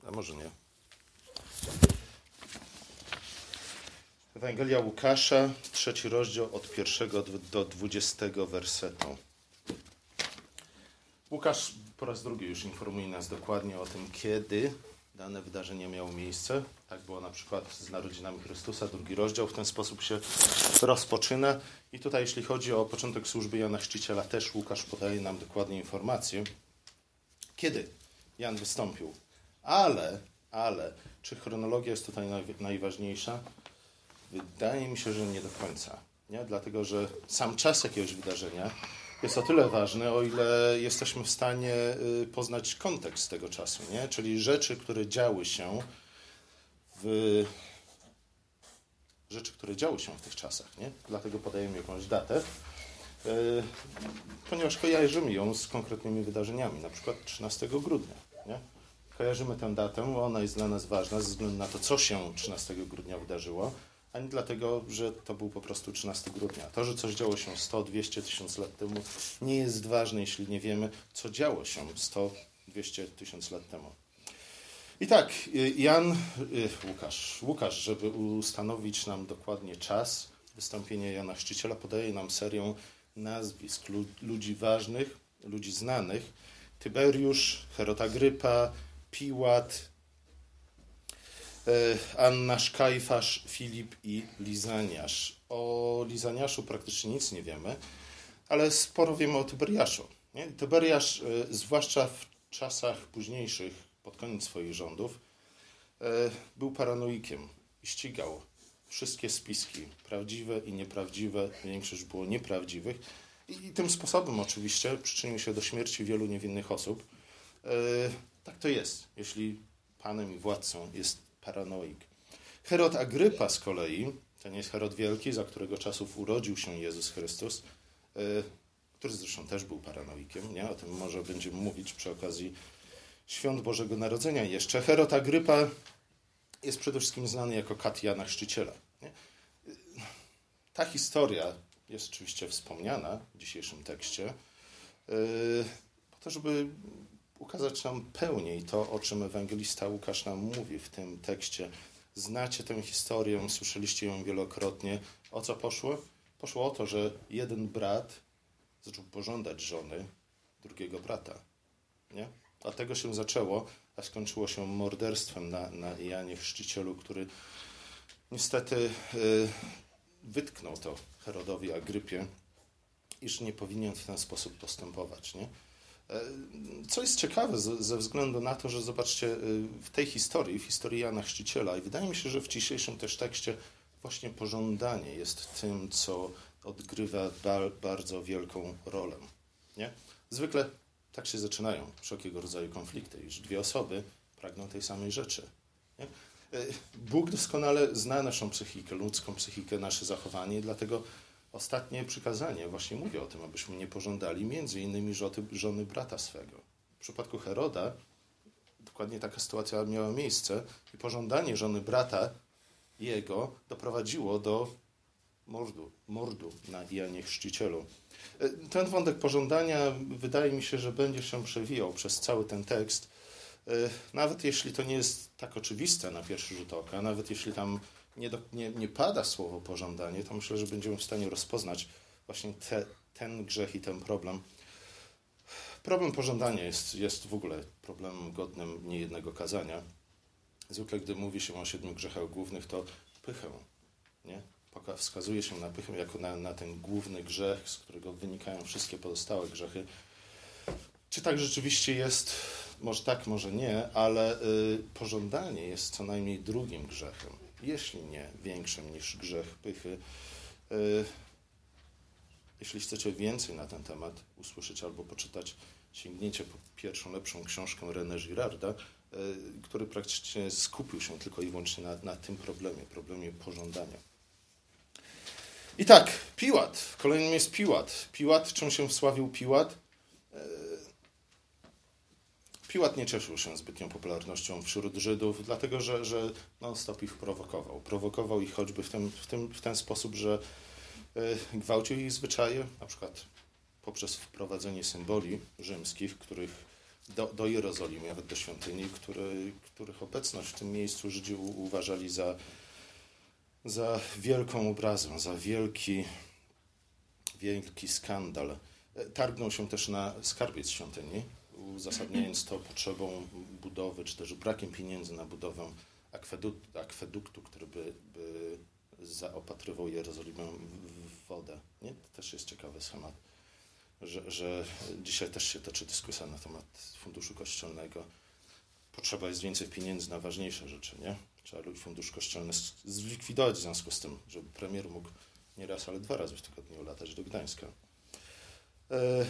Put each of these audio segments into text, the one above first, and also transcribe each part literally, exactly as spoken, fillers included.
a może nie. Ewangelia Łukasza, trzeci rozdział od pierwszego do dwudziestego wersetu. Łukasz po raz drugi już informuje nas dokładnie o tym, kiedy dane wydarzenie miało miejsce. Tak było na przykład z narodzinami Chrystusa, drugi rozdział w ten sposób się rozpoczyna. I tutaj, jeśli chodzi o początek służby Jana Chrzciciela, też Łukasz podaje nam dokładnie informację, kiedy Jan wystąpił. Ale, ale, czy chronologia jest tutaj naj, najważniejsza? Wydaje mi się, że nie do końca. Nie? Dlatego, że sam czas jakiegoś wydarzenia jest o tyle ważny, o ile jesteśmy w stanie poznać kontekst tego czasu. Nie? Czyli rzeczy, które działy się w... Rzeczy, które działy się w tych czasach. Nie? Dlatego podajemy jakąś datę, ponieważ kojarzymy ją z konkretnymi wydarzeniami, na przykład trzynastego grudnia. Nie? Kojarzymy tę datę, ona jest dla nas ważna ze względu na to, co się trzynastego grudnia wydarzyło, a nie dlatego, że to był po prostu trzynastego grudnia. To, że coś działo się sto, dwieście, tysiąc lat temu, nie jest ważne, jeśli nie wiemy, co działo się sto, dwieście, tysiąc lat temu. I tak, Jan, Łukasz, Łukasz, żeby ustanowić nam dokładnie czas wystąpienia Jana Chrzciciela, podaje nam serię nazwisk ludzi ważnych, ludzi znanych. Tyberiusz, Herod Agrypa, Piłat, Annasz, Kajfasz, Filip i Lizaniasz. O Lizaniaszu praktycznie nic nie wiemy, ale sporo wiemy o Tyberiaszu. Nie? Tyberiasz, zwłaszcza w czasach późniejszych, pod koniec swoich rządów, był paranoikiem i ścigał wszystkie spiski, prawdziwe i nieprawdziwe, większość było nieprawdziwych. I tym sposobem oczywiście przyczynił się do śmierci wielu niewinnych osób. Tak to jest, jeśli panem i władcą jest paranoik. Herod Agrypa z kolei, to nie jest Herod Wielki, za którego czasów urodził się Jezus Chrystus, który zresztą też był paranoikiem, nie? O tym może będziemy mówić przy okazji Świąt Bożego Narodzenia jeszcze. Herod Agrypa jest przede wszystkim znany jako kat Jana Chrzciciela. Nie? Ta historia jest oczywiście wspomniana w dzisiejszym tekście, po to, żeby ukazać nam pełniej to, o czym ewangelista Łukasz nam mówi w tym tekście. Znacie tę historię, słyszeliście ją wielokrotnie. O co poszło? Poszło o to, że jeden brat zaczął pożądać żony drugiego brata. Nie? Od tego się zaczęło, a skończyło się morderstwem na, na Janie Chrzcicielu, który niestety yy, wytknął to Herodowi Agrypie, iż nie powinien w ten sposób postępować. Nie? Co jest ciekawe ze, ze względu na to, że zobaczcie, w tej historii, w historii Jana Chrzciciela, i wydaje mi się, że w dzisiejszym też tekście właśnie pożądanie jest tym, co odgrywa ba, bardzo wielką rolę. Nie? Zwykle tak się zaczynają wszelkiego rodzaju konflikty, iż dwie osoby pragną tej samej rzeczy. Nie? Bóg doskonale zna naszą psychikę, ludzką psychikę, nasze zachowanie, dlatego ostatnie przykazanie właśnie mówi o tym, abyśmy nie pożądali między innymi żony, żony brata swego. W przypadku Heroda dokładnie taka sytuacja miała miejsce i pożądanie żony brata jego doprowadziło do mordu, mordu na Janie Chrzcicielu. Ten wątek pożądania wydaje mi się, że będzie się przewijał przez cały ten tekst, nawet jeśli to nie jest tak oczywiste na pierwszy rzut oka, nawet jeśli tam nie, do, nie, nie pada słowo pożądanie, to myślę, że będziemy w stanie rozpoznać właśnie te, ten grzech i ten problem. Problem pożądania jest, jest w ogóle problemem godnym niejednego kazania. Zwykle, gdy mówi się o siedmiu grzechach głównych, to pychę, nie? Wskazuje się na pychę jako na, na ten główny grzech, z którego wynikają wszystkie pozostałe grzechy. Czy tak rzeczywiście jest? Może tak, może nie, ale y, pożądanie jest co najmniej drugim grzechem, jeśli nie większym niż grzech pychy. Y, jeśli chcecie więcej na ten temat usłyszeć albo poczytać, sięgnięcie po pierwszą, lepszą książkę René Girarda, y, który praktycznie skupił się tylko i wyłącznie na, na tym problemie, problemie pożądania. I tak, Piłat. Kolejnym jest Piłat. Piłat, czym się wsławił Piłat? Piłat nie cieszył się zbytnią popularnością wśród Żydów, dlatego że, że non-stop ich prowokował. Prowokował ich choćby w ten, w tym, w ten sposób, że gwałcił ich zwyczaje, na przykład poprzez wprowadzenie symboli rzymskich, których do, do Jerozolimy, nawet do świątyni, który, których obecność w tym miejscu Żydzi uważali za, za wielką obrazę, za wielki, wielki skandal. Targnął się też na skarbiec świątyni, uzasadniając to potrzebą budowy, czy też brakiem pieniędzy na budowę akweduktu, akweduktu który by, by zaopatrywał Jerozolimę w wodę. Nie? To też jest ciekawy schemat, że, że dzisiaj też się toczy dyskusja na temat funduszu kościelnego. Potrzeba jest więcej pieniędzy na ważniejsze rzeczy, nie? Trzeba fundusz kościelny zlikwidować w związku z tym, żeby premier mógł nie raz, ale dwa razy w tygodniu latać do Gdańska. E...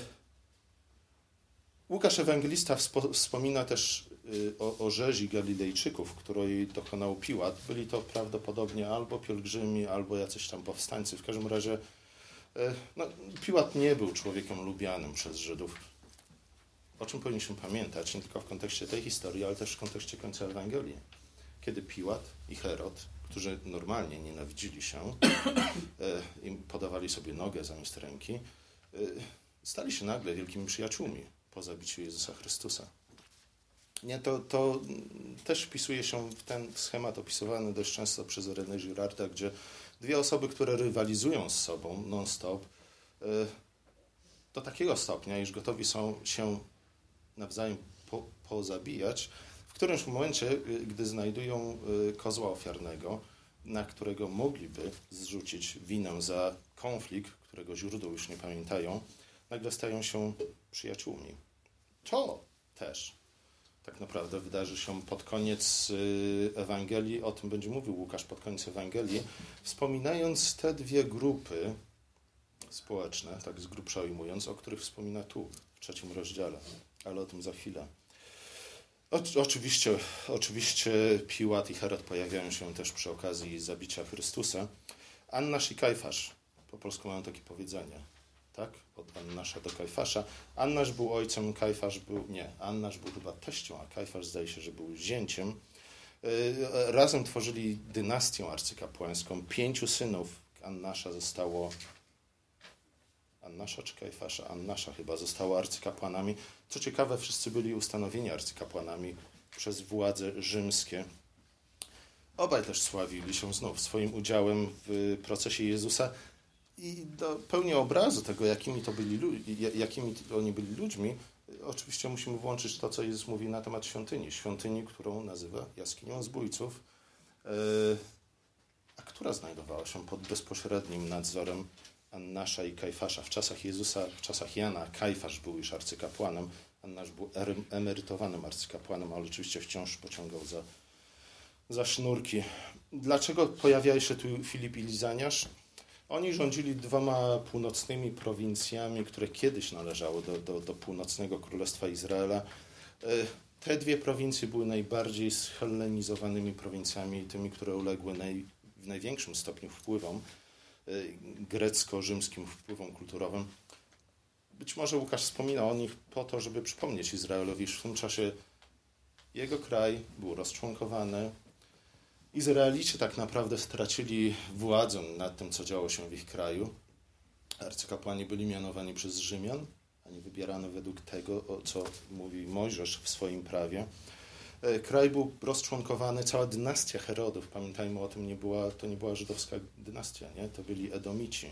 Łukasz Ewangelista wspo- wspomina też y, o, o rzezi Galilejczyków, której dokonał Piłat. Byli to prawdopodobnie albo pielgrzymi, albo jacyś tam powstańcy. W każdym razie y, no, Piłat nie był człowiekiem lubianym przez Żydów. O czym powinniśmy pamiętać, nie tylko w kontekście tej historii, ale też w kontekście końca Ewangelii. Kiedy Piłat i Herod, którzy normalnie nienawidzili się, y, im podawali sobie nogę zamiast ręki, y, stali się nagle wielkimi przyjaciółmi po zabiciu Jezusa Chrystusa. Nie, to, to też wpisuje się w ten schemat opisywany dość często przez René Girarda, gdzie dwie osoby, które rywalizują z sobą non-stop, do takiego stopnia, iż gotowi są się nawzajem po, pozabijać, w którymś momencie, gdy znajdują kozła ofiarnego, na którego mogliby zrzucić winę za konflikt, którego źródło już nie pamiętają, nagle stają się przyjaciółmi. To też tak naprawdę wydarzy się pod koniec Ewangelii, o tym będzie mówił Łukasz pod koniec Ewangelii, wspominając te dwie grupy społeczne, tak z grubsza ujmując, o których wspomina tu, w trzecim rozdziale, ale o tym za chwilę. O, oczywiście, oczywiście Piłat i Herod pojawiają się też przy okazji zabicia Chrystusa. Annasz i Kajfasz, po polsku mają takie powiedzenie, tak? Od Annasza do Kajfasza. Annasz był ojcem, Kajfasz był... Nie, Annasz był chyba teścią, a Kajfasz zdaje się, że był zięciem. Razem tworzyli dynastię arcykapłańską. Pięciu synów Annasza zostało... Annasza czy Kajfasza? Annasza chyba zostało arcykapłanami. Co ciekawe, wszyscy byli ustanowieni arcykapłanami przez władze rzymskie. Obaj też sławili się znów swoim udziałem w procesie Jezusa. I do pełni obrazu tego, jakimi to byli, jakimi oni byli ludźmi, oczywiście musimy włączyć to, co Jezus mówi na temat świątyni. Świątyni, którą nazywa jaskinią zbójców, a która znajdowała się pod bezpośrednim nadzorem Annasza i Kajfasza. W czasach Jezusa, w czasach Jana, Kajfasz był już arcykapłanem, Annasz był emerytowanym arcykapłanem, ale oczywiście wciąż pociągał za, za sznurki. Dlaczego pojawiają się tu Filip i Lizaniasz? Oni rządzili dwoma północnymi prowincjami, które kiedyś należały do, do, do północnego Królestwa Izraela. Te dwie prowincje były najbardziej zhellenizowanymi prowincjami, tymi, które uległy naj, w największym stopniu wpływom, grecko-rzymskim wpływom kulturowym. Być może Łukasz wspomina o nich po to, żeby przypomnieć Izraelowi, iż w tym czasie jego kraj był rozczłonkowany. Izraelici tak naprawdę stracili władzę nad tym, co działo się w ich kraju. Arcykapłani byli mianowani przez Rzymian, a nie wybierano według tego, o co mówi Mojżesz w swoim prawie. Kraj był rozczłonkowany, cała dynastia Herodów, pamiętajmy o tym, nie była, to nie była żydowska dynastia, nie? To byli Edomici.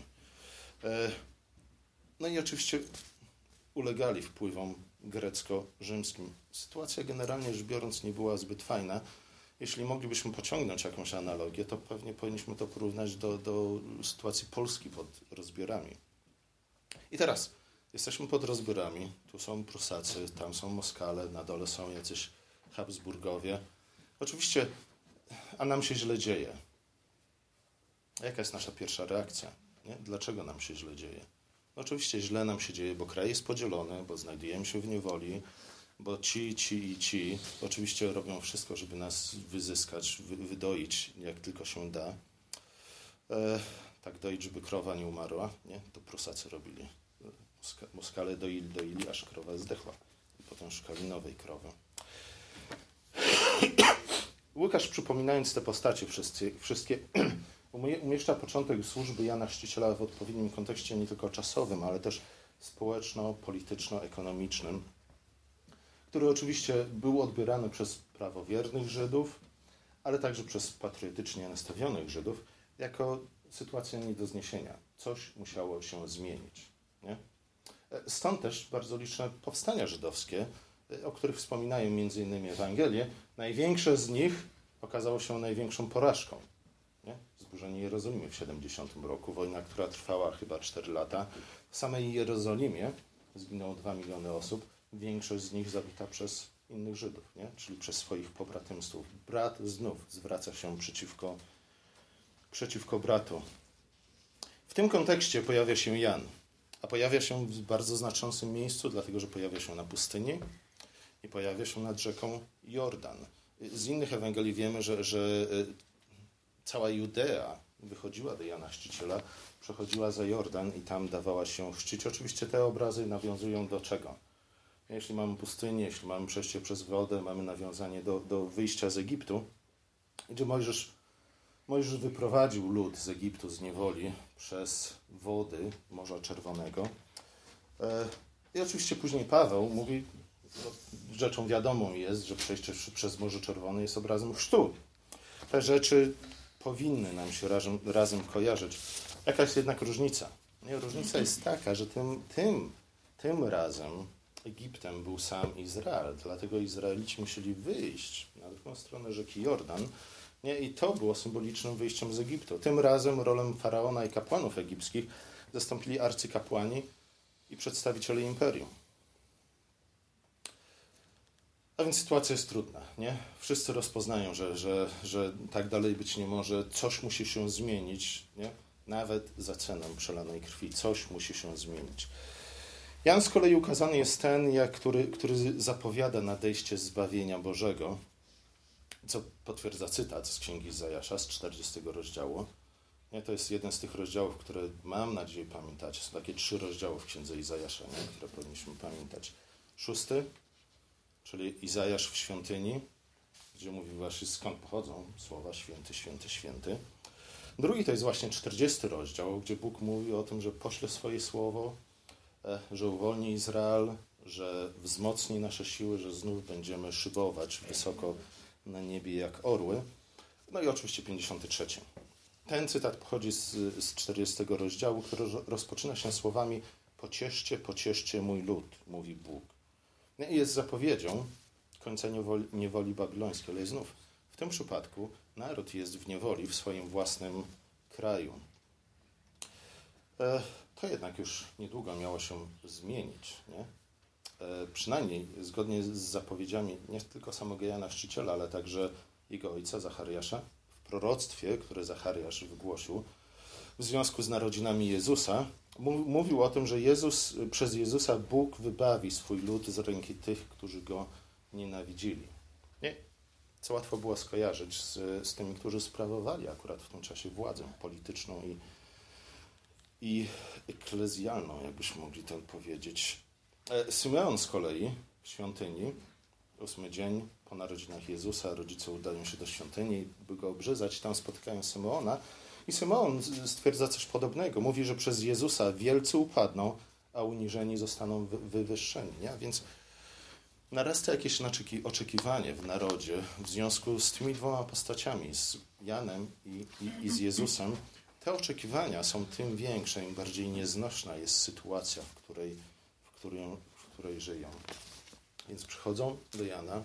No i oczywiście ulegali wpływom grecko-rzymskim. Sytuacja generalnie rzecz biorąc nie była zbyt fajna. Jeśli moglibyśmy pociągnąć jakąś analogię, to pewnie powinniśmy to porównać do, do sytuacji Polski pod rozbiorami. I teraz jesteśmy pod rozbiorami. Tu są Prusacy, tam są Moskale, na dole są jacyś Habsburgowie. Oczywiście, a nam się źle dzieje. Jaka jest nasza pierwsza reakcja? Nie? Dlaczego nam się źle dzieje? No oczywiście źle nam się dzieje, bo kraj jest podzielony, bo znajdujemy się w niewoli, bo ci, ci i ci oczywiście robią wszystko, żeby nas wyzyskać, wy, wydoić, jak tylko się da. E, tak doić, żeby krowa nie umarła, nie? To Prusacy robili. Moska, Moskale doili, doili, aż krowa zdechła. I potem szukali nowej krowy. Łukasz, przypominając te postacie wszystkie, wszystkie umieszcza początek służby Jana Chrzciciela w odpowiednim kontekście nie tylko czasowym, ale też społeczno-polityczno-ekonomicznym, który oczywiście był odbierany przez prawowiernych Żydów, ale także przez patriotycznie nastawionych Żydów, jako sytuacja nie do zniesienia. Coś musiało się zmienić. Nie? Stąd też bardzo liczne powstania żydowskie, o których wspominają między innymi Ewangelie. Największe z nich okazało się największą porażką. Nie? Zburzenie Jerozolimy w siedemdziesiątym roku, wojna, która trwała chyba cztery lata. W samej Jerozolimie zginęło dwa miliony osób, większość z nich zabita przez innych Żydów, nie? Czyli przez swoich pobratymców. Brat znów zwraca się przeciwko, przeciwko bratu. W tym kontekście pojawia się Jan, a pojawia się w bardzo znaczącym miejscu, dlatego że pojawia się na pustyni i pojawia się nad rzeką Jordan. Z innych Ewangelii wiemy, że, że cała Judea wychodziła do Jana Chrzciciela, przechodziła za Jordan i tam dawała się chrzcić. Oczywiście te obrazy nawiązują do czego? Jeśli mamy pustynię, jeśli mamy przejście przez wodę, mamy nawiązanie do, do wyjścia z Egiptu, gdzie Mojżesz, Mojżesz wyprowadził lud z Egiptu, z niewoli przez wody Morza Czerwonego. I oczywiście później Paweł mówi, no, rzeczą wiadomą jest, że przejście przez Morze Czerwone jest obrazem chrztu. Te rzeczy powinny nam się razem, razem kojarzyć. Jaka jest jednak różnica? Nie, różnica jest taka, że tym, tym, tym razem Egiptem był sam Izrael, dlatego Izraelici musieli wyjść na drugą stronę rzeki Jordan, nie? I to było symbolicznym wyjściem z Egiptu. Tym razem rolę faraona i kapłanów egipskich zastąpili arcykapłani i przedstawiciele imperium. A więc sytuacja jest trudna, nie? Wszyscy rozpoznają, że, że, że tak dalej być nie może, coś musi się zmienić, nie? Nawet za cenę przelanej krwi, coś musi się zmienić. Jan z kolei ukazany jest ten, jak, który, który zapowiada nadejście zbawienia Bożego, co potwierdza cytat z Księgi Izajasza z czterdziestego rozdziału. Nie, to jest jeden z tych rozdziałów, które mam nadzieję pamiętać. Są takie trzy rozdziały w Księdze Izajasza, nie, które powinniśmy pamiętać. Szósty, czyli Izajasz w świątyni, gdzie mówi właśnie skąd pochodzą słowa święty, święty, święty. Drugi to jest właśnie czterdziesty rozdział, gdzie Bóg mówi o tym, że pośle swoje słowo, że uwolni Izrael, że wzmocni nasze siły, że znów będziemy szybować wysoko na niebie jak orły. No i oczywiście pięćdziesiąty trzeci. Ten cytat pochodzi z, z czterdziestego rozdziału, który rozpoczyna się słowami: pocieszcie, pocieszcie mój lud, mówi Bóg. I jest zapowiedzią końca niewoli, niewoli babilońskiej, ale znów w tym przypadku naród jest w niewoli w swoim własnym kraju. E, to jednak już niedługo miało się zmienić, nie? E, przynajmniej zgodnie z zapowiedziami nie tylko samego Jana Chrzciciela, ale także jego ojca Zachariasza w proroctwie, które Zachariasz wygłosił w związku z narodzinami Jezusa, mówił o tym, że Jezus, przez Jezusa Bóg wybawi swój lud z ręki tych, którzy go nienawidzili. Nie? Co łatwo było skojarzyć z, z tymi, którzy sprawowali akurat w tym czasie władzę polityczną i, i eklezjalną, jakbyśmy mogli to powiedzieć. Symeon z kolei w świątyni, ósmy dzień po narodzinach Jezusa, rodzice udają się do świątyni, by go obrzezać, tam spotykają Symeona i Symeon stwierdza coś podobnego. Mówi, że przez Jezusa wielcy upadną, a uniżeni zostaną wywyższeni. Nie? A więc narasta jakieś oczekiwanie w narodzie w związku z tymi dwoma postaciami, z Janem i, i, i z Jezusem. Te oczekiwania są tym większe, im bardziej nieznośna jest sytuacja, w której, w której, w której żyją. Więc przychodzą do Jana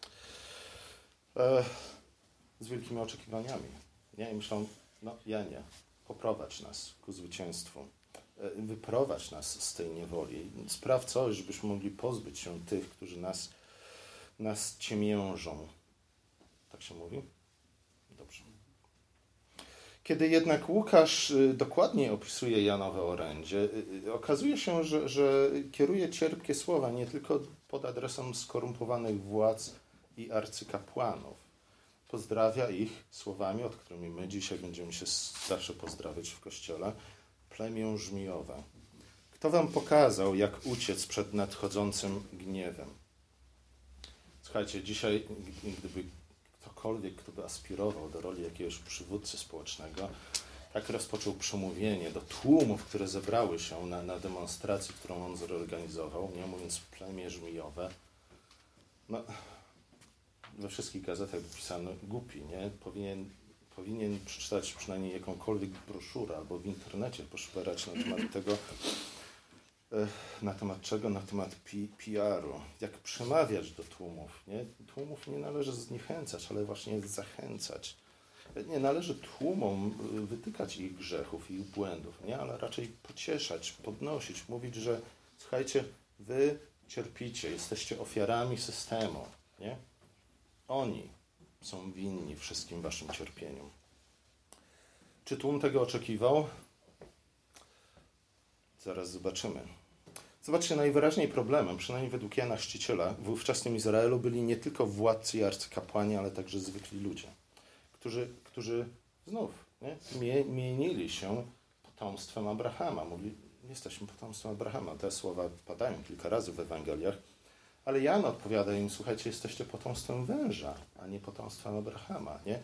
e, z wielkimi oczekiwaniami. Nie? I myślą: no Janie, poprowadź nas ku zwycięstwu, e, wyprowadź nas z tej niewoli, spraw coś, żebyśmy mogli pozbyć się tych, którzy nas, nas ciemiężą. Tak się mówi? Dobrze. Kiedy jednak Łukasz dokładnie opisuje Janowe orędzie, okazuje się, że, że kieruje cierpkie słowa nie tylko pod adresem skorumpowanych władz i arcykapłanów. Pozdrawia ich słowami, od którymi my dzisiaj będziemy się zawsze pozdrawiać w Kościele: plemię żmijowe. Kto wam pokazał, jak uciec przed nadchodzącym gniewem? Słuchajcie, dzisiaj gdyby ktokolwiek, kto by aspirował do roli jakiegoś przywódcy społecznego, tak rozpoczął przemówienie do tłumów, które zebrały się na, na demonstracji, którą on zorganizował, nie mówiąc plemię żmijowe, no, we wszystkich gazetach pisano głupi, nie? Powinien, powinien przeczytać przynajmniej jakąkolwiek broszurę albo w internecie poszperać na temat tego, na temat czego? Na temat P R u. Jak przemawiać do tłumów, nie? Tłumów nie należy zniechęcać, ale właśnie zachęcać. Nie należy tłumom wytykać ich grzechów, ich błędów, nie? Ale raczej pocieszać, podnosić, mówić, że słuchajcie, wy cierpicie, jesteście ofiarami systemu, nie? Oni są winni wszystkim waszym cierpieniom. Czy tłum tego oczekiwał? Zaraz zobaczymy. Zobaczcie, najwyraźniej problemem, przynajmniej według Jana Chrzciciela, w ówczesnym Izraelu byli nie tylko władcy i arcykapłani, ale także zwykli ludzie, którzy, którzy znów nie, mienili się potomstwem Abrahama. Mówili, jesteśmy potomstwem Abrahama. Te słowa padają kilka razy w Ewangeliach, ale Jan odpowiada im, słuchajcie, jesteście potomstwem węża, a nie potomstwem Abrahama. Nie?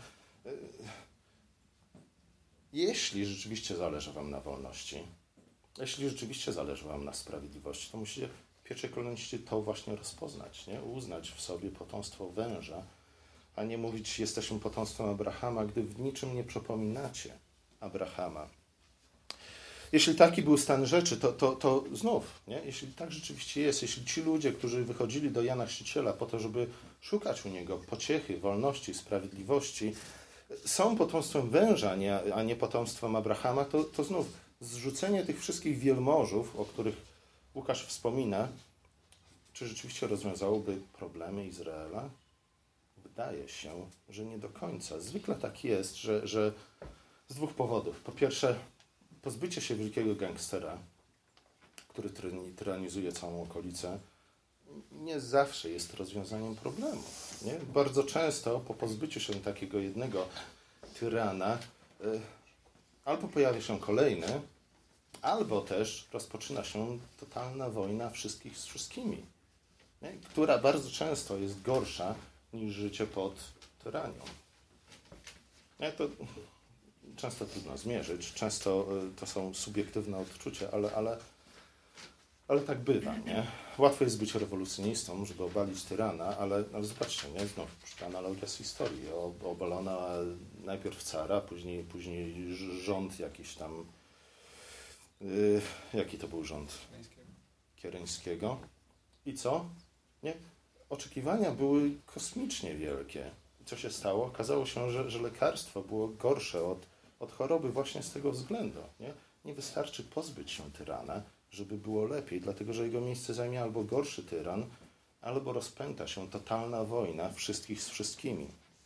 Jeśli rzeczywiście zależy wam na wolności, jeśli rzeczywiście zależy wam na sprawiedliwości, to musicie w pierwszej kolejności to właśnie rozpoznać, nie? Uznać w sobie potomstwo węża, a nie mówić, jesteśmy potomstwem Abrahama, gdy w niczym nie przypominacie Abrahama. Jeśli taki był stan rzeczy, to, to, to znów, nie? Jeśli tak rzeczywiście jest, jeśli ci ludzie, którzy wychodzili do Jana Chrzciciela po to, żeby szukać u niego pociechy, wolności, sprawiedliwości, są potomstwem węża, nie, a nie potomstwem Abrahama, to, to znów zrzucenie tych wszystkich wielmożów, o których Łukasz wspomina, czy rzeczywiście rozwiązałoby problemy Izraela? Wydaje się, że nie do końca. Zwykle tak jest, że, że z dwóch powodów. Po pierwsze, pozbycie się wielkiego gangstera, który tyranizuje całą okolicę, nie zawsze jest rozwiązaniem problemów. Nie? Bardzo często po pozbyciu się takiego jednego tyrana y, albo pojawia się kolejny, albo też rozpoczyna się totalna wojna wszystkich z wszystkimi, nie? Która bardzo często jest gorsza niż życie pod tyranią. Nie? To często trudno zmierzyć, często y, to są subiektywne odczucia, ale, ale, ale tak bywa. Nie? Łatwo jest być rewolucjonistą, żeby obalić tyrana, ale, ale zobaczcie, nie? Znów analogia z historii. Obalono najpierw cara, później, później rząd jakiś tam, yy, jaki to był rząd? Kiereńskiego. I co? Nie? Oczekiwania były kosmicznie wielkie. I co się stało? Okazało się, że, że lekarstwo było gorsze od, od choroby właśnie z tego względu. Nie? Nie wystarczy pozbyć się tyrana, żeby było lepiej, dlatego że jego miejsce zajmie albo gorszy tyran, albo rozpęta się totalna wojna wszystkich z wszystkimi.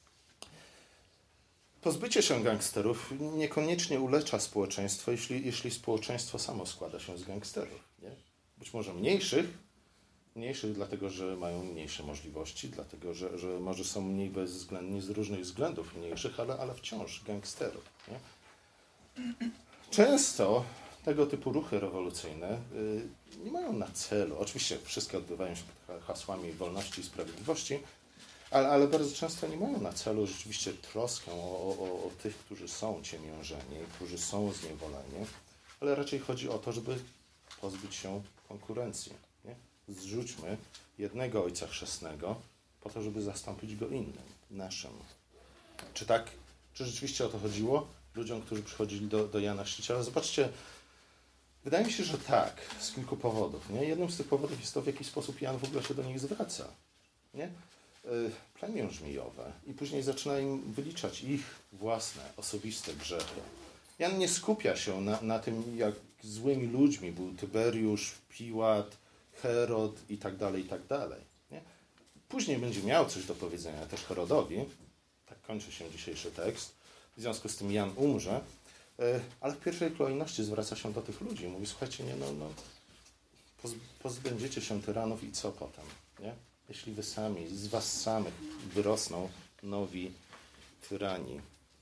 Pozbycie się gangsterów niekoniecznie ulecza społeczeństwo, jeśli, jeśli społeczeństwo samo składa się z gangsterów. Nie? Być może mniejszych, mniejszych dlatego, że mają mniejsze możliwości, dlatego, że, że może są mniej bezwzględni z różnych względów mniejszych, ale, ale wciąż gangsterów. Nie? Często tego typu ruchy rewolucyjne y, nie mają na celu, oczywiście wszystkie odbywają się pod hasłami wolności i sprawiedliwości, ale, ale bardzo często nie mają na celu rzeczywiście troskę o, o, o tych, którzy są ciemiężeni, którzy są zniewoleni, ale raczej chodzi o to, żeby pozbyć się konkurencji. Nie? Zrzućmy jednego Ojca Chrzestnego po to, żeby zastąpić go innym, naszym. Czy tak, czy rzeczywiście o to chodziło ludziom, którzy przychodzili do, do Jana Chrzciciela? Zobaczcie, wydaje mi się, że tak, z kilku powodów. Nie? Jednym z tych powodów jest to, w jaki sposób Jan w ogóle się do nich zwraca. Nie? Plemię żmijowe i później zaczyna im wyliczać ich własne, osobiste grzechy. Jan nie skupia się na, na tym, jak złymi ludźmi był Tyberiusz, Piłat, Herod i tak dalej, i tak dalej. Nie? Później będzie miał coś do powiedzenia też Herodowi, tak kończy się dzisiejszy tekst, w związku z tym Jan umrze, ale w pierwszej kolejności zwraca się do tych ludzi. Mówi, słuchajcie, nie, no, no, pozbędziecie się tyranów i co potem? Nie? Jeśli wy sami, z was samych wyrosną nowi tyrani.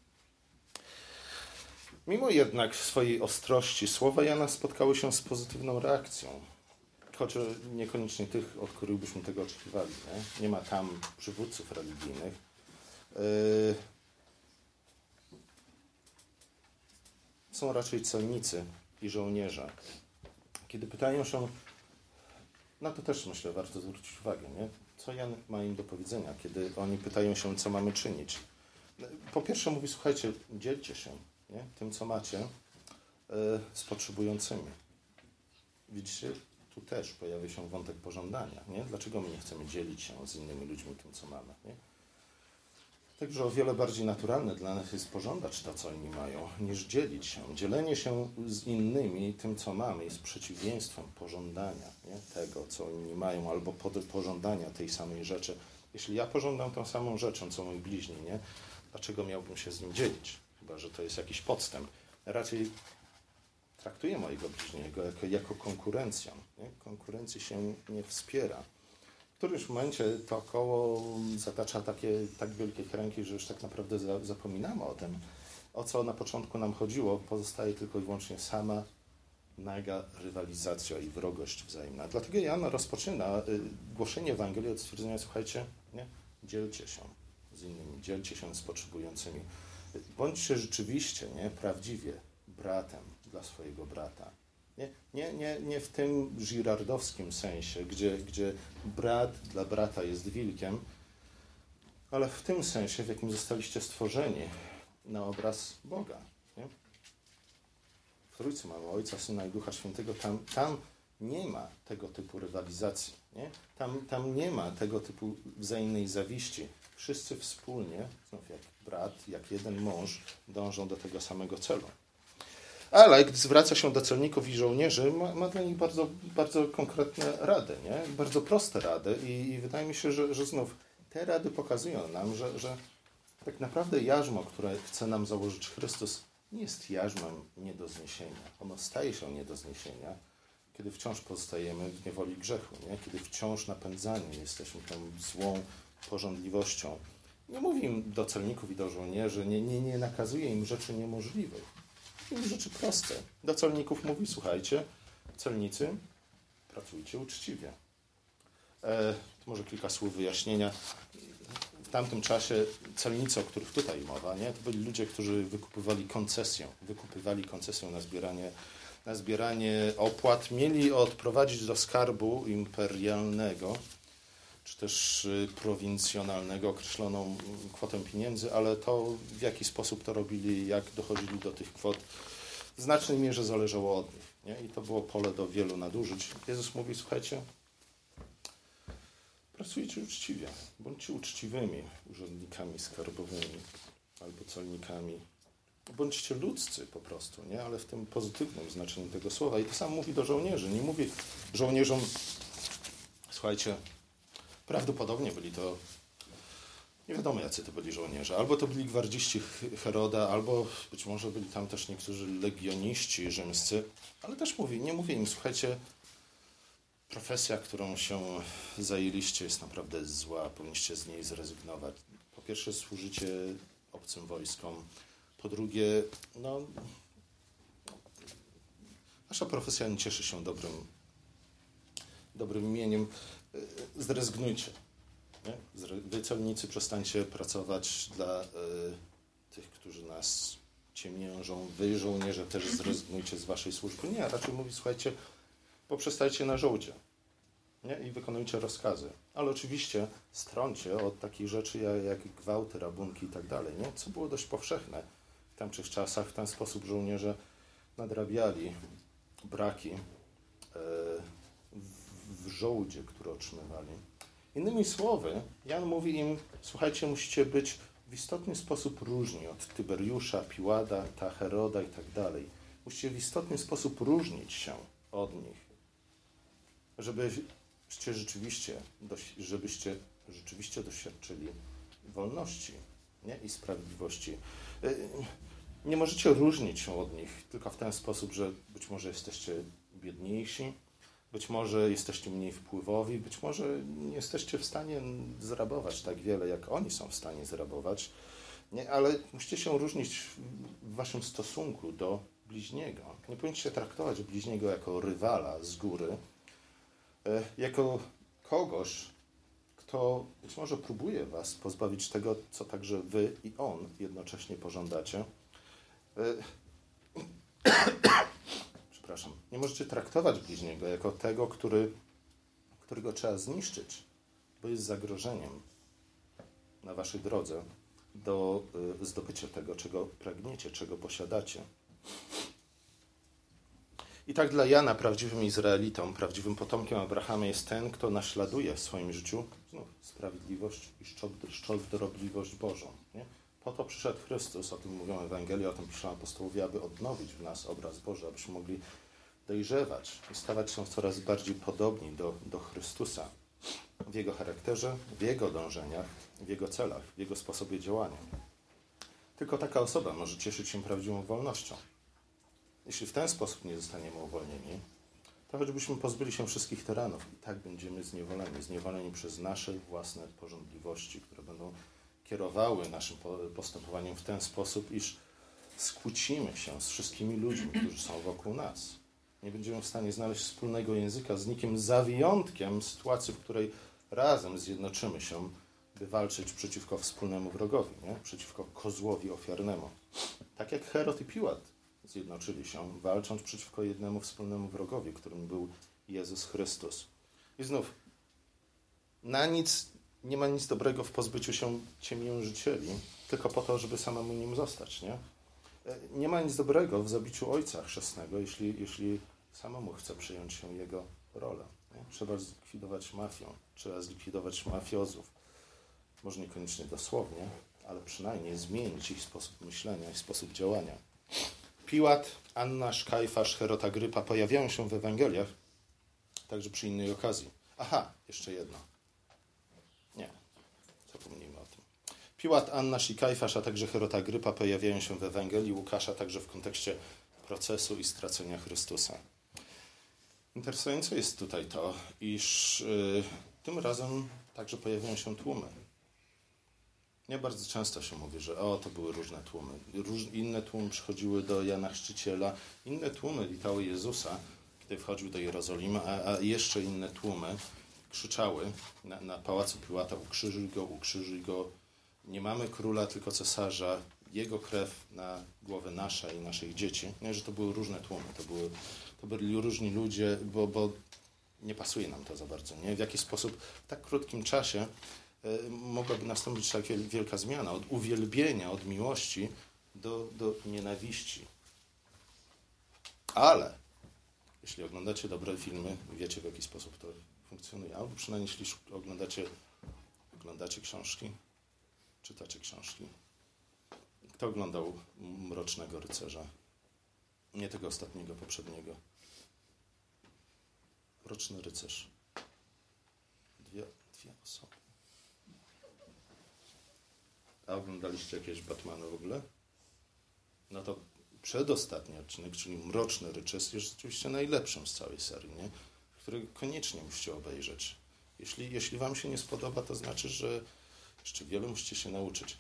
Mimo jednak swojej ostrości słowa Jana spotkały się z pozytywną reakcją. Choć niekoniecznie tych, od których byśmy tego oczekiwali. Nie, nie ma tam przywódców religijnych. Yy... Są raczej celnicy i żołnierze. Kiedy pytają się, na to też myślę warto zwrócić uwagę, nie? co Jan ma im do powiedzenia, kiedy oni pytają się, co mamy czynić? Po pierwsze mówi, słuchajcie, dzielcie się, nie? Tym, co macie, yy, z potrzebującymi. Widzicie? Tu też pojawia się wątek pożądania. Nie? Dlaczego my nie chcemy dzielić się z innymi ludźmi tym, co mamy? Nie? Także o wiele bardziej naturalne dla nas jest pożądać to, co inni mają, niż dzielić się. Dzielenie się z innymi tym, co mamy, jest przeciwieństwem pożądania, nie? Tego, co inni mają, albo pożądania tej samej rzeczy. Jeśli ja pożądam tą samą rzeczą, co mój bliźni, nie? Dlaczego miałbym się z nim dzielić? Chyba że to jest jakiś podstęp. Raczej traktuję mojego bliźniego jako, jako konkurencję. Nie? Konkurencji się nie wspiera. W którymś momencie to koło zatacza takie tak wielkie kręgi, że już tak naprawdę za, zapominamy o tym, o co na początku nam chodziło. Pozostaje tylko i wyłącznie sama naga rywalizacja i wrogość wzajemna. Dlatego Jan rozpoczyna y, głoszenie Ewangelii od stwierdzenia, słuchajcie, nie? Dzielcie się z innymi, dzielcie się z potrzebującymi. Bądźcie rzeczywiście, nie, prawdziwie bratem dla swojego brata. Nie, nie, nie, nie w tym girardowskim sensie, gdzie, gdzie brat dla brata jest wilkiem, ale w tym sensie, w jakim zostaliście stworzeni na obraz Boga. Nie? W Trójcy mamy Ojca, Syna i Ducha Świętego. Tam, tam nie ma tego typu rywalizacji. Nie? Tam, tam nie ma tego typu wzajemnej zawiści. Wszyscy wspólnie, znów jak brat, jak jeden mąż, dążą do tego samego celu. Ale gdy zwraca się do celników i żołnierzy, ma, ma dla nich bardzo, bardzo konkretne rady, nie? Bardzo proste rady i, i wydaje mi się, że, że znów te rady pokazują nam, że, że tak naprawdę jarzmo, które chce nam założyć Chrystus, nie jest jarzmem nie do zniesienia. Ono staje się nie do zniesienia, kiedy wciąż pozostajemy w niewoli grzechu, nie? Kiedy wciąż napędzani jesteśmy tą złą pożądliwością. Nie mówi im do celników i do żołnierzy, nie, nie, nie nakazuje im rzeczy niemożliwych. Mówi rzeczy proste. Do celników mówi, słuchajcie, celnicy, pracujcie uczciwie. E, to może kilka słów wyjaśnienia. W tamtym czasie celnicy, o których tutaj mowa, nie, to byli ludzie, którzy wykupywali koncesję, wykupywali koncesję na zbieranie, na zbieranie opłat, mieli odprowadzić do skarbu imperialnego, czy też prowincjonalnego określoną kwotę pieniędzy, ale to w jaki sposób to robili, jak dochodzili do tych kwot, w znacznej mierze zależało od nich. Nie? I to było pole do wielu nadużyć. Jezus mówi, słuchajcie, pracujcie uczciwie, bądźcie uczciwymi urzędnikami skarbowymi albo celnikami. Bądźcie ludzcy po prostu, nie? Ale w tym pozytywnym znaczeniu tego słowa. I to samo mówi do żołnierzy. Nie mówi żołnierzom, słuchajcie, prawdopodobnie byli to, nie wiadomo jacy to byli żołnierze, albo to byli gwardziści Heroda, albo być może byli tam też niektórzy legioniści rzymscy, ale też mówi, nie mówię im, słuchajcie, profesja, którą się zajęliście jest naprawdę zła, powinniście z niej zrezygnować. Po pierwsze służycie obcym wojskom, po drugie, no, nasza profesja nie cieszy się dobrym, dobrym imieniem. Zrezygnujcie. Nie? Wy, celnicy, przestańcie pracować dla y, tych, którzy nas ciemiężą. Wy, żołnierze, też zrezygnujcie z waszej służby. Nie, raczej mówi, słuchajcie, poprzestajcie na żołdzie, nie? I wykonujcie rozkazy. Ale oczywiście stroncie od takich rzeczy jak, jak gwałty, rabunki i tak dalej, nie? Co było dość powszechne w tamtych czasach. W ten sposób żołnierze nadrabiali braki y, w żołdzie, które otrzymywali. Innymi słowy, Jan mówi im, słuchajcie, musicie być w istotny sposób różni od Tyberiusza, Piłata, Heroda i tak dalej. Musicie w istotny sposób różnić się od nich, żebyście rzeczywiście, żebyście rzeczywiście doświadczyli wolności, nie? I sprawiedliwości. Nie możecie różnić się od nich tylko w ten sposób, że być może jesteście biedniejsi, być może jesteście mniej wpływowi, być może nie jesteście w stanie zarabować tak wiele, jak oni są w stanie zarabować, nie? Ale musicie się różnić w waszym stosunku do bliźniego. Nie powinniście traktować bliźniego jako rywala z góry, jako kogoś, kto być może próbuje was pozbawić tego, co także wy i on jednocześnie pożądacie. Przepraszam. Nie możecie traktować bliźniego jako tego, który, którego trzeba zniszczyć, bo jest zagrożeniem na waszej drodze do y, zdobycia tego, czego pragniecie, czego posiadacie. I tak dla Jana, prawdziwym Izraelitą, prawdziwym potomkiem Abrahama jest ten, kto naśladuje w swoim życiu znów sprawiedliwość i szczodrobliwość Bożą. Nie? Po to przyszedł Chrystus, o tym mówią Ewangelie, o tym piszą apostołowie, aby odnowić w nas obraz Boży, abyśmy mogli dojrzewać i stawać się coraz bardziej podobni do, do Chrystusa w Jego charakterze, w Jego dążeniach, w Jego celach, w Jego sposobie działania. Tylko taka osoba może cieszyć się prawdziwą wolnością. Jeśli w ten sposób nie zostaniemy uwolnieni, to choćbyśmy pozbyli się wszystkich tyranów, i tak będziemy zniewoleni, zniewoleni przez nasze własne pożądliwości, które będą kierowały naszym postępowaniem w ten sposób, iż skłócimy się z wszystkimi ludźmi, którzy są wokół nas. Nie będziemy w stanie znaleźć wspólnego języka z nikim, za wyjątkiem sytuacji, w której razem zjednoczymy się, by walczyć przeciwko wspólnemu wrogowi, nie? Przeciwko kozłowi ofiarnemu. Tak jak Herod i Piłat zjednoczyli się, walcząc przeciwko jednemu wspólnemu wrogowi, którym był Jezus Chrystus. I znów, na nic, nie ma nic dobrego w pozbyciu się ciemiężycieli, tylko po to, żeby samemu nim zostać, nie? Nie ma nic dobrego w zabiciu ojca chrzestnego, jeśli, jeśli samemu chce przyjąć się jego rolę. Nie? Trzeba zlikwidować mafię, trzeba zlikwidować mafiozów. Może niekoniecznie dosłownie, ale przynajmniej zmienić ich sposób myślenia, ich sposób działania. Piłat, Annasz, Kajfasz, Herod Agrypa pojawiają się w Ewangeliach, także przy innej okazji. Aha, jeszcze jedno. Nie, zapomnijmy o tym. Piłat, Annasz i Kajfasz, a także Herod Agrypa pojawiają się w Ewangelii Łukasza także w kontekście procesu i stracenia Chrystusa. Interesujące jest tutaj to, iż yy, tym razem także pojawiają się tłumy. Nie bardzo często się mówi, że o, to były różne tłumy. Róż, inne tłumy przychodziły do Jana Chrzciciela, inne tłumy witały Jezusa, kiedy wchodził do Jerozolimy, a, a jeszcze inne tłumy krzyczały na, na pałacu Piłata: ukrzyżuj go, ukrzyżuj go. Nie mamy króla, tylko cesarza. Jego krew na głowę nasza i naszych dzieci. Nie, że to były różne tłumy, to, były, to byli różni ludzie, bo, bo nie pasuje nam to za bardzo. Nie? W jaki sposób w tak krótkim czasie y, mogłaby nastąpić tak wielka zmiana od uwielbienia, od miłości do, do nienawiści. Ale jeśli oglądacie dobre filmy, wiecie, w jaki sposób to funkcjonuje. Albo przynajmniej jeśli oglądacie, oglądacie książki, czytacie książki. Kto oglądał Mrocznego Rycerza? Nie tego ostatniego, poprzedniego. Mroczny Rycerz. Dwie, dwie osoby. A oglądaliście jakieś Batmany w ogóle? No to przedostatni odcinek, czyli Mroczny Rycerz, jest rzeczywiście najlepszym z całej serii, nie? Który koniecznie musicie obejrzeć. Jeśli, jeśli wam się nie spodoba, to znaczy, że jeszcze wiele musicie się nauczyć.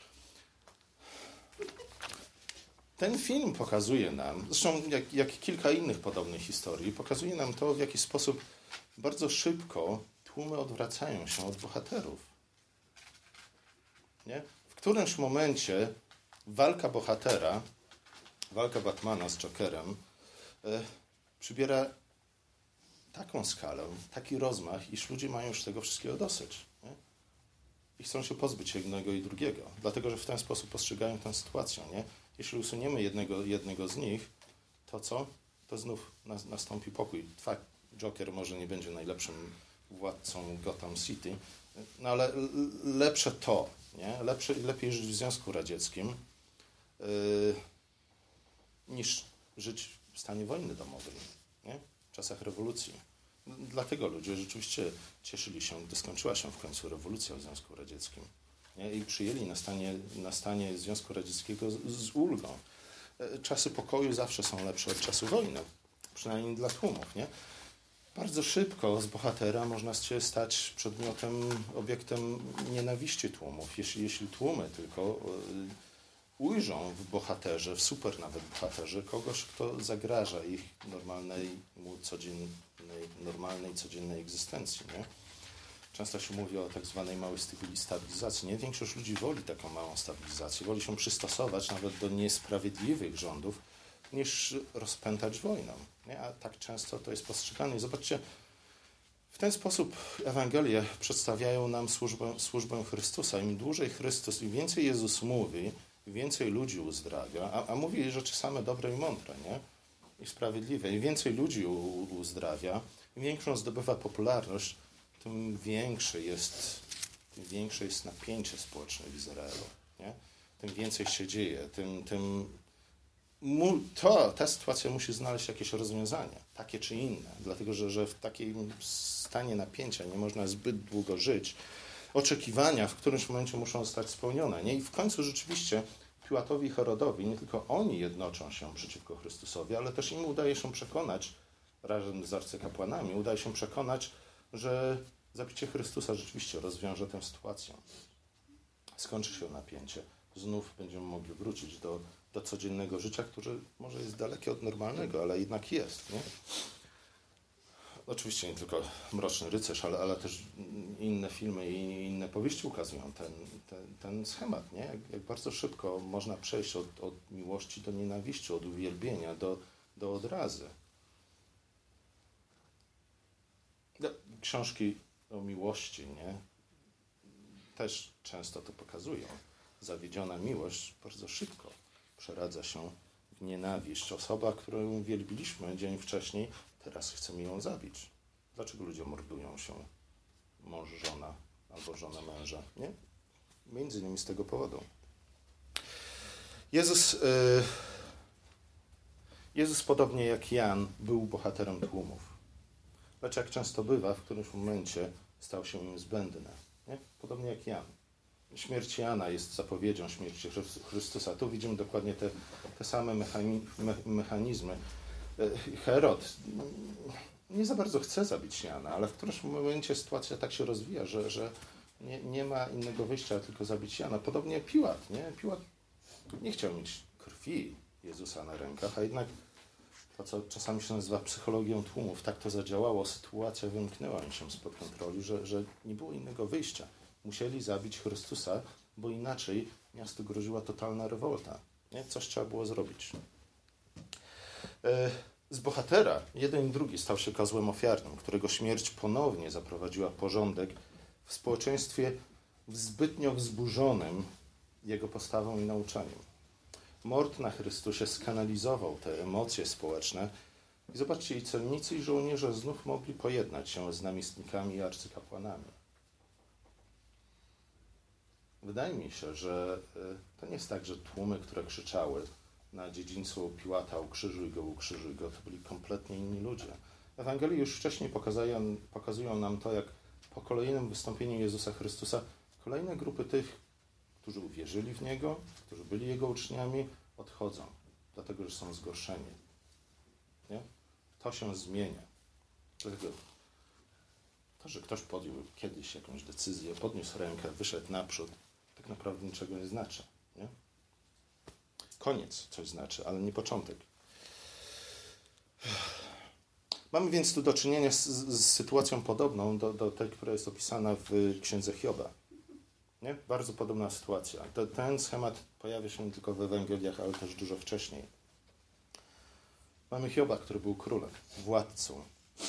Ten film pokazuje nam, zresztą jak, jak kilka innych podobnych historii, pokazuje nam to, w jaki sposób bardzo szybko tłumy odwracają się od bohaterów. Nie? W którymś momencie walka bohatera, walka Batmana z Jokerem e, przybiera taką skalę, taki rozmach, iż ludzie mają już tego wszystkiego dosyć. Nie? I chcą się pozbyć jednego i drugiego, dlatego że w ten sposób postrzegają tę sytuację. Nie? Jeśli usuniemy jednego, jednego z nich, to co? To znów nas, nastąpi pokój. Fakt, Joker może nie będzie najlepszym władcą Gotham City, no ale lepsze to, nie? Lepsze, lepiej żyć w Związku Radzieckim yy, niż żyć w stanie wojny domowej, nie? W czasach rewolucji. Dlatego ludzie rzeczywiście cieszyli się, gdy skończyła się w końcu rewolucja w Związku Radzieckim. Nie? I przyjęli nastanie, nastanie Związku Radzieckiego z, z ulgą. Czasy pokoju zawsze są lepsze od czasu wojny, przynajmniej dla tłumów. Nie? Bardzo szybko z bohatera można się stać przedmiotem, obiektem nienawiści tłumów. Jeśli, jeśli tłumy tylko ujrzą w bohaterze, w super nawet bohaterze, kogoś, kto zagraża ich normalnej, codziennej, normalnej, codziennej egzystencji. Nie? Często się mówi o tak zwanej małej stabilizacji. Nie? Większość ludzi woli taką małą stabilizację. Woli się przystosować nawet do niesprawiedliwych rządów, niż rozpętać wojną. Nie? A tak często to jest postrzegane. I zobaczcie, W ten sposób Ewangelie przedstawiają nam służbę, służbę Chrystusa. Im dłużej Chrystus, im więcej Jezus mówi, im więcej ludzi uzdrawia, a, a mówi rzeczy same dobre i mądre, nie? I sprawiedliwe. Im więcej ludzi u, uzdrawia, im większą zdobywa popularność, tym większe jest, tym większe jest napięcie społeczne w Izraelu. Nie? Tym więcej się dzieje, tym, tym mu, to, ta sytuacja musi znaleźć jakieś rozwiązanie, takie czy inne, dlatego że, że w takim stanie napięcia nie można zbyt długo żyć. Oczekiwania w którymś momencie muszą zostać spełnione. Nie? I w końcu rzeczywiście Piłatowi i Herodowi, nie tylko oni jednoczą się przeciwko Chrystusowi, ale też im udaje się przekonać, razem z arcykapłanami, udaje się przekonać, że zabicie Chrystusa rzeczywiście rozwiąże tę sytuację. Skończy się napięcie. Znów będziemy mogli wrócić do, do codziennego życia, które może jest dalekie od normalnego, ale jednak jest. Nie? Oczywiście nie tylko Mroczny Rycerz, ale, ale też inne filmy i inne powieści ukazują ten, ten, ten schemat. Nie? Jak, jak bardzo szybko można przejść od, od miłości do nienawiści, od uwielbienia do, do odrazy. No, książki o miłości, nie? Też często to pokazują. Zawiedziona miłość bardzo szybko przeradza się w nienawiść. Osoba, którą wielbiliśmy dzień wcześniej, teraz chcemy ją zabić. Dlaczego ludzie mordują się? Mąż, żona albo żona męża, nie? Między innymi z tego powodu. Jezus, yy, Jezus podobnie jak Jan był bohaterem tłumów. Lecz jak często bywa, w którymś momencie stał się im zbędny. Nie? Podobnie jak Jan. Śmierć Jana jest zapowiedzią śmierci Chrystusa. Tu widzimy dokładnie te, te same mechani- me- mechanizmy. Herod nie za bardzo chce zabić Jana, ale w którymś momencie sytuacja tak się rozwija, że, że nie, nie ma innego wyjścia, tylko zabić Jana. Podobnie jak Piłat. Nie? Piłat nie chciał mieć krwi Jezusa na rękach, a jednak to, co czasami się nazywa psychologią tłumów, tak to zadziałało. Sytuacja wymknęła im się spod kontroli, że, że nie było innego wyjścia. Musieli zabić Chrystusa, bo inaczej miastu groziła totalna rewolta. Nie? Coś trzeba było zrobić. Z bohatera jeden i drugi stał się kozłem ofiarnym, którego śmierć ponownie zaprowadziła porządek w społeczeństwie zbytnio wzburzonym jego postawą i nauczaniem. Mord na Chrystusie skanalizował te emocje społeczne i zobaczcie, i celnicy, i żołnierze znów mogli pojednać się z namiestnikami i arcykapłanami. Wydaje mi się, że to nie jest tak, że tłumy, które krzyczały na dziedzińcu Piłata ukrzyżuj go, ukrzyżuj go, to byli kompletnie inni ludzie. Ewangelie już wcześniej pokazują, pokazują nam to, jak po kolejnym wystąpieniu Jezusa Chrystusa kolejne grupy tych, którzy uwierzyli w Niego, którzy byli Jego uczniami, odchodzą, dlatego, że są zgorszeni. Nie? To się zmienia. Dlatego to, że ktoś podjął kiedyś jakąś decyzję, podniósł rękę, wyszedł naprzód, tak naprawdę niczego nie znaczy. Nie? Koniec coś znaczy, ale nie początek. Mamy więc tu do czynienia z, z sytuacją podobną do, do tej, która jest opisana w Księdze Hioba. Nie? Bardzo podobna sytuacja. To, ten schemat pojawia się nie tylko w Ewangeliach, ale też dużo wcześniej. Mamy Hioba, który był królem, władcą.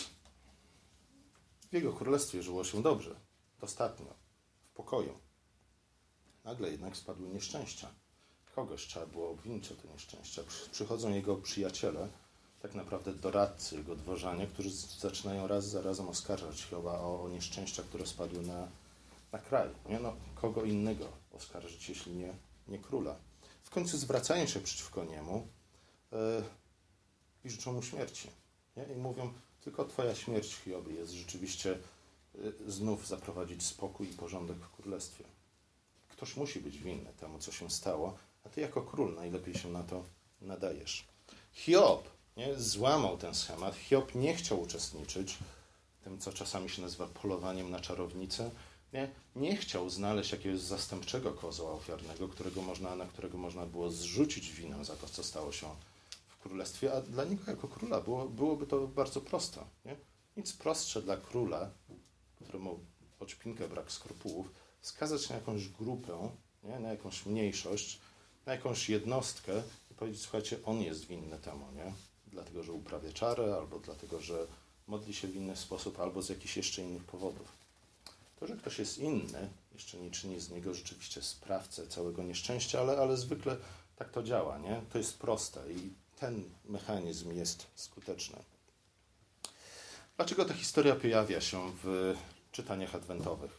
W jego królestwie żyło się dobrze, dostatnio, w pokoju. Nagle jednak spadły nieszczęścia. Kogoś trzeba było obwinić o te nieszczęścia. Przychodzą jego przyjaciele, tak naprawdę doradcy, jego dworzanie, którzy zaczynają raz za razem oskarżać Hioba o, o nieszczęścia, które spadły na, na kraj. Nie? No, kogo innego oskarżyć, jeśli nie, nie króla. W końcu zwracają się przeciwko niemu yy, i życzą mu śmierci. Nie? I mówią, tylko twoja śmierć, Hiobie, jest rzeczywiście yy, znów zaprowadzić spokój i porządek w królestwie. Ktoś musi być winny temu, co się stało, a ty jako król najlepiej się na to nadajesz. Hiob nie, złamał ten schemat. Hiob nie chciał uczestniczyć w tym, co czasami się nazywa polowaniem na czarownicę. Nie, nie chciał znaleźć jakiegoś zastępczego kozła ofiarnego, którego można, na którego można było zrzucić winę za to, co stało się w królestwie, a dla niego jako króla było, byłoby to bardzo proste. Nie? Nic prostsze dla króla, któremu odśpinkę brak skrupułów, skazać na jakąś grupę, nie? Na jakąś mniejszość, na jakąś jednostkę i powiedzieć, słuchajcie, on jest winny temu, nie? Dlatego, że uprawia czarę, albo dlatego, że modli się w inny sposób albo z jakichś jeszcze innych powodów. To, że ktoś jest inny, jeszcze nie czyni z niego rzeczywiście sprawcę całego nieszczęścia, ale, ale zwykle tak to działa, nie? To jest proste i ten mechanizm jest skuteczny. Dlaczego ta historia pojawia się w czytaniach adwentowych?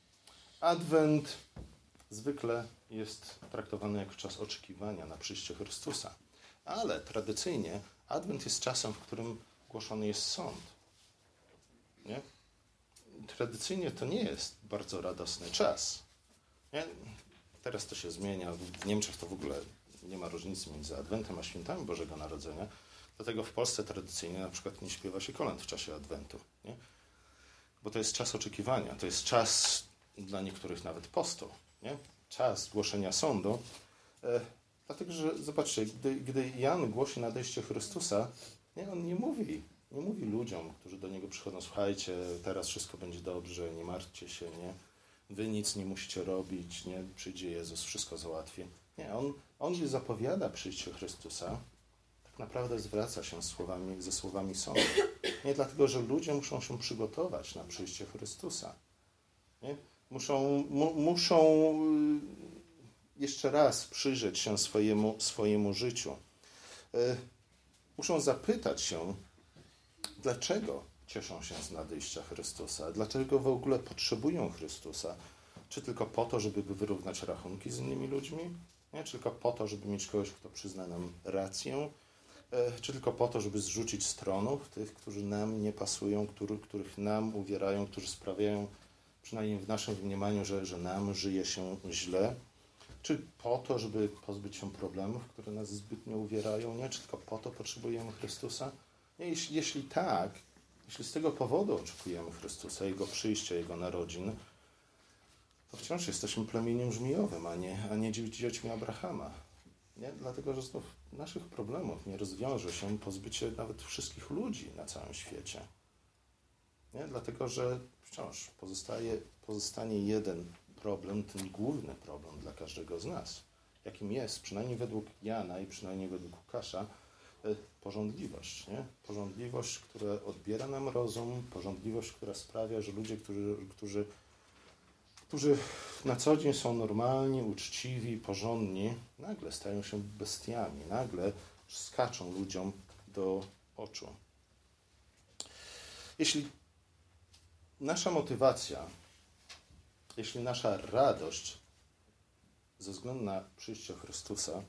Adwent zwykle jest traktowany jako czas oczekiwania na przyjście Chrystusa, ale tradycyjnie Adwent jest czasem, w którym głoszony jest sąd. Nie? Tradycyjnie to nie jest bardzo radosny czas. Nie? Teraz to się zmienia. W Niemczech to w ogóle nie ma różnicy między Adwentem a świętami Bożego Narodzenia. Dlatego w Polsce tradycyjnie na przykład nie śpiewa się kolęd w czasie Adwentu. Nie? Bo to jest czas oczekiwania. To jest czas dla niektórych nawet postu. Nie? Czas głoszenia sądu. E, dlatego, że zobaczcie, gdy, gdy Jan głosi nadejście Chrystusa, nie, on nie mówi, nie mówi ludziom, którzy do niego przychodzą, słuchajcie, teraz wszystko będzie dobrze, nie martwcie się, nie? Wy nic nie musicie robić, nie? Przyjdzie Jezus, wszystko załatwi. Nie, on, on gdy zapowiada przyjście Chrystusa, tak naprawdę zwraca się słowami, ze słowami sądu. Nie dlatego, że ludzie muszą się przygotować na przyjście Chrystusa. Nie? Muszą, mu, muszą jeszcze raz przyjrzeć się swojemu, swojemu życiu. Y, muszą zapytać się, dlaczego cieszą się z nadejścia Chrystusa, dlaczego w ogóle potrzebują Chrystusa. Czy tylko po to, żeby wyrównać rachunki z innymi ludźmi? Nie? Czy tylko po to, żeby mieć kogoś, kto przyzna nam rację? Y, czy tylko po to, żeby zrzucić z tronów tych, którzy nam nie pasują, który, których nam uwierają, którzy sprawiają, przynajmniej w naszym mniemaniu, że, że nam żyje się źle? Czy po to, żeby pozbyć się problemów, które nas zbytnio uwierają? Nie? Czy tylko po to potrzebujemy Chrystusa? Nie, jeśli, jeśli tak, jeśli z tego powodu oczekujemy Chrystusa, Jego przyjścia, Jego narodzin, to wciąż jesteśmy plemieniem żmijowym, a nie, a nie dziećmi Abrahama. Nie? Dlatego, że znów naszych problemów nie rozwiąże się pozbycie nawet wszystkich ludzi na całym świecie. Nie? Dlatego, że wciąż pozostaje, pozostanie jeden problem, ten główny problem dla każdego z nas, jakim jest, przynajmniej według Jana i przynajmniej według Łukasza, pożądliwość. Nie? Pożądliwość, która odbiera nam rozum, pożądliwość, która sprawia, że ludzie, którzy, którzy, którzy na co dzień są normalni, uczciwi, porządni, nagle stają się bestiami, nagle skaczą ludziom do oczu. Jeśli nasza motywacja, jeśli nasza radość ze względu na przyjście Chrystusa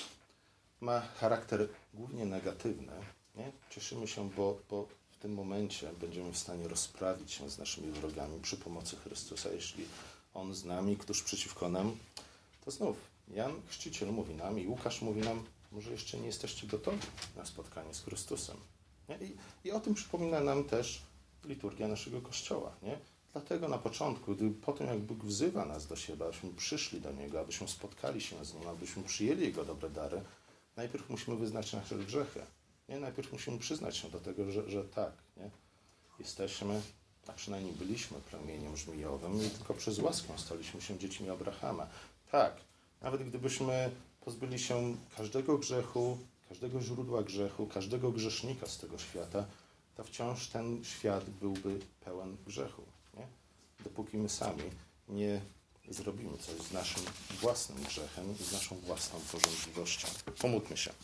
ma charakter głównie negatywny, nie? Cieszymy się, bo, bo w tym momencie będziemy w stanie rozprawić się z naszymi wrogami przy pomocy Chrystusa. Jeśli On z nami, któż przeciwko nam, to znów Jan Chrzciciel mówi nam i Łukasz mówi nam, może jeszcze nie jesteście gotowi na spotkanie z Chrystusem. Nie? I, I o tym przypomina nam też liturgia naszego Kościoła. Nie? Dlatego na początku, gdy po tym jak Bóg wzywa nas do siebie, abyśmy przyszli do Niego, abyśmy spotkali się z Nim, abyśmy przyjęli Jego dobre dary, najpierw musimy wyznać nasze grzechy. Nie? Najpierw musimy przyznać się do tego, że, że tak, nie? Jesteśmy, a przynajmniej byliśmy plemieniem żmijowym i tylko przez łaskę staliśmy się dziećmi Abrahama. Tak, nawet gdybyśmy pozbyli się każdego grzechu, każdego źródła grzechu, każdego grzesznika z tego świata, to wciąż ten świat byłby pełen grzechu. Nie? Dopóki my sami nie zrobimy coś z naszym własnym grzechem i z naszą własną pożądliwością. Pomódlmy się.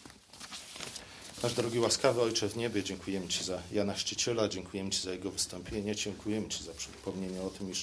Nasz drogi łaskawy Ojcze w niebie, dziękujemy Ci za Jana Chrzciciela, dziękujemy Ci za jego wystąpienie, dziękujemy Ci za przypomnienie o tym, iż,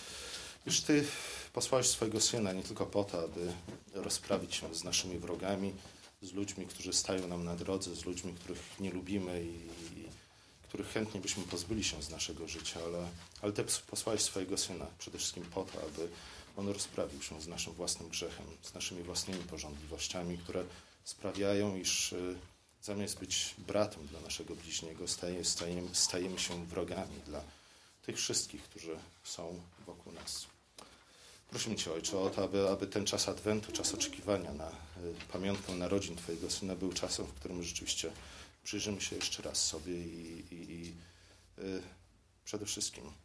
iż Ty posłałeś swojego Syna nie tylko po to, aby rozprawić się z naszymi wrogami, z ludźmi, którzy stają nam na drodze, z ludźmi, których nie lubimy i, i których chętnie byśmy pozbyli się z naszego życia, ale, ale Ty posłałeś swojego Syna przede wszystkim po to, aby On rozprawił się z naszym własnym grzechem, z naszymi własnymi pożądliwościami, które sprawiają, iż zamiast być bratem dla naszego bliźniego, staje, stajemy, stajemy się wrogami dla tych wszystkich, którzy są wokół nas. Prosimy Cię, Ojcze, o to, aby, aby ten czas Adwentu, czas oczekiwania na y, pamiątkę narodzin Twojego Syna był czasem, w którym rzeczywiście przyjrzymy się jeszcze raz sobie i, i, i y, przede wszystkim y,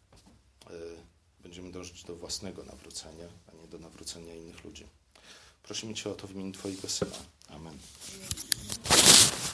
będziemy dążyć do własnego nawrócenia, a nie do nawrócenia innych ludzi. Prosimy Cię o to w imieniu Twojego Syna. Amen.